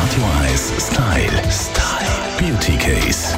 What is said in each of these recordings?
Radio 1 Style Beauty Case.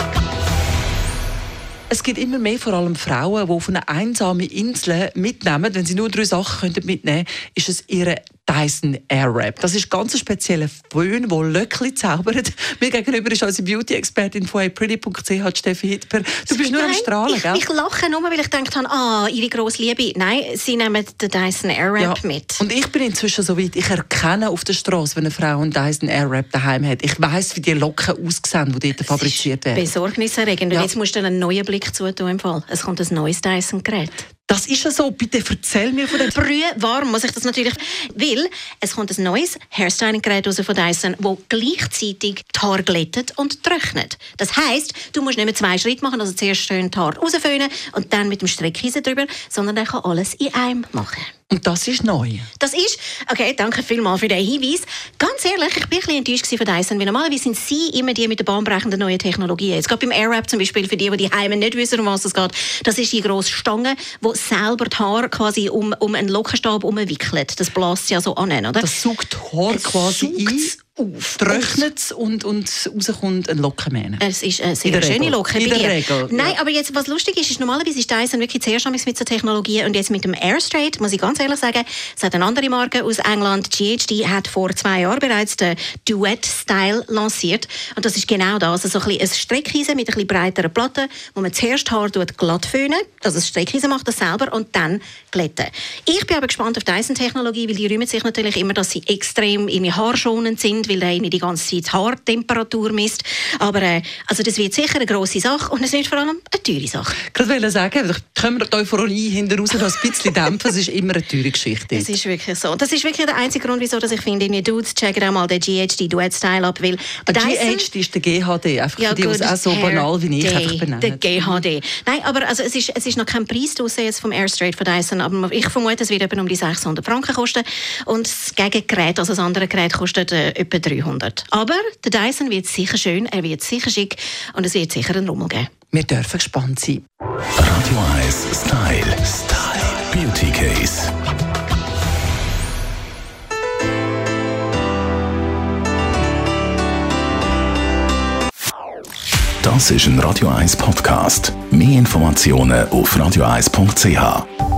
Es gibt immer mehr, vor allem Frauen, die auf eine einsame Insel mitnehmen. Wenn sie nur 3 Sachen mitnehmen könnten, ist es ihre Dyson Airwrap. Das ist ganz ein spezieller Föhn, der Löckli zaubert. Mir gegenüber ist unsere Beauty-Expertin von pretty.ch, Steffi Hitper. Du bist nur am Strahlen, gell? Ich lache nur, weil ich gedacht habe, ihre grosse Liebe. Nein, sie nehmen den Dyson Airwrap mit. Und ich bin inzwischen so weit, ich erkenne auf der Straße, wenn eine Frau einen Dyson Airwrap daheim hat. Ich weiss, wie die Locken aussehen, die dort fabriziert werden. Besorgniserregend. Und jetzt musst du einen neuen Blick zutun im Fall. Es kommt ein neues Dyson-Gerät. Das ist ja so. Bitte erzähl mir von dem. Brühwarm muss ich das natürlich. Weil es kommt ein neues Hairstyling-Gerät raus von Dyson, das gleichzeitig die Haare glättet und trocknet. Das heisst, du musst nicht mehr 2 Schritte machen, also zuerst schön die Haare rausföhnen und dann mit dem Streckeisen drüber, sondern er kann alles in einem machen. Und das ist neu? Das ist, okay, danke vielmals für den Hinweis. Ganz ehrlich, ich bin ein bisschen enttäuscht von Dyson, weil normalerweise sind sie immer die mit der bahnbrechenden neuen Technologien. Jetzt gerade beim Airwrap zum Beispiel, für die Heime nicht wissen, um was es geht, das ist die grosse Stange, die selber die Haare quasi um einen Lockenstab umwickelt. Das bläst ja so an, oder? Das saugt die Haare quasi ein. Trocknet es und rauskommt ein Lockenmähne. Es ist eine sehr schöne Locke bei dir. Regel, Nein, aber jetzt, was lustig ist normalerweise ist Dyson wirklich zuerst mit so Technologie und jetzt mit dem Airstraight, muss ich ganz ehrlich sagen, es hat eine andere Marke aus England, GHD, hat vor 2 Jahren bereits den Duet-Style lanciert und das ist genau das, also so ein Streckeisen mit ein bisschen breiterer Platte, wo man zuerst Haar glatt föhnen, also das Streckeisen macht das selber und dann glätten. Ich bin aber gespannt auf Dyson-Technologie, weil die rühmen sich natürlich immer, dass sie extrem haarschonend sind, weil der ihnen die ganze Zeit die Haartemperatur misst. Aber also das wird sicher eine grosse Sache und es wird vor allem eine teure Sache. Ich wollte sagen, können wir die Euphorie hinten raus noch ein bisschen dämpfen. Es ist immer eine teure Geschichte. Es ist wirklich so. Das ist wirklich der einzige Grund, wieso dass ich finde, ihr Dudes, checken auch mal den GHD Duet Style ab, weil GHD ist der GHD, einfach für die, die es auch so banal wie ich einfach benennen. Der GHD. Nein, aber also es ist noch kein Preis draussen jetzt vom Airstraight von Dyson, aber ich vermute, es wird etwa um die 600 Franken kosten und das Gegengerät, also das andere Gerät, kostet etwa 300. Aber der Dyson wird sicher schön, er wird sicher schick und es wird sicher einen Rummel geben. Wir dürfen gespannt sein. Radio 1 Style Beauty Case. Das ist ein Radio 1 Podcast. Mehr Informationen auf radio1.ch.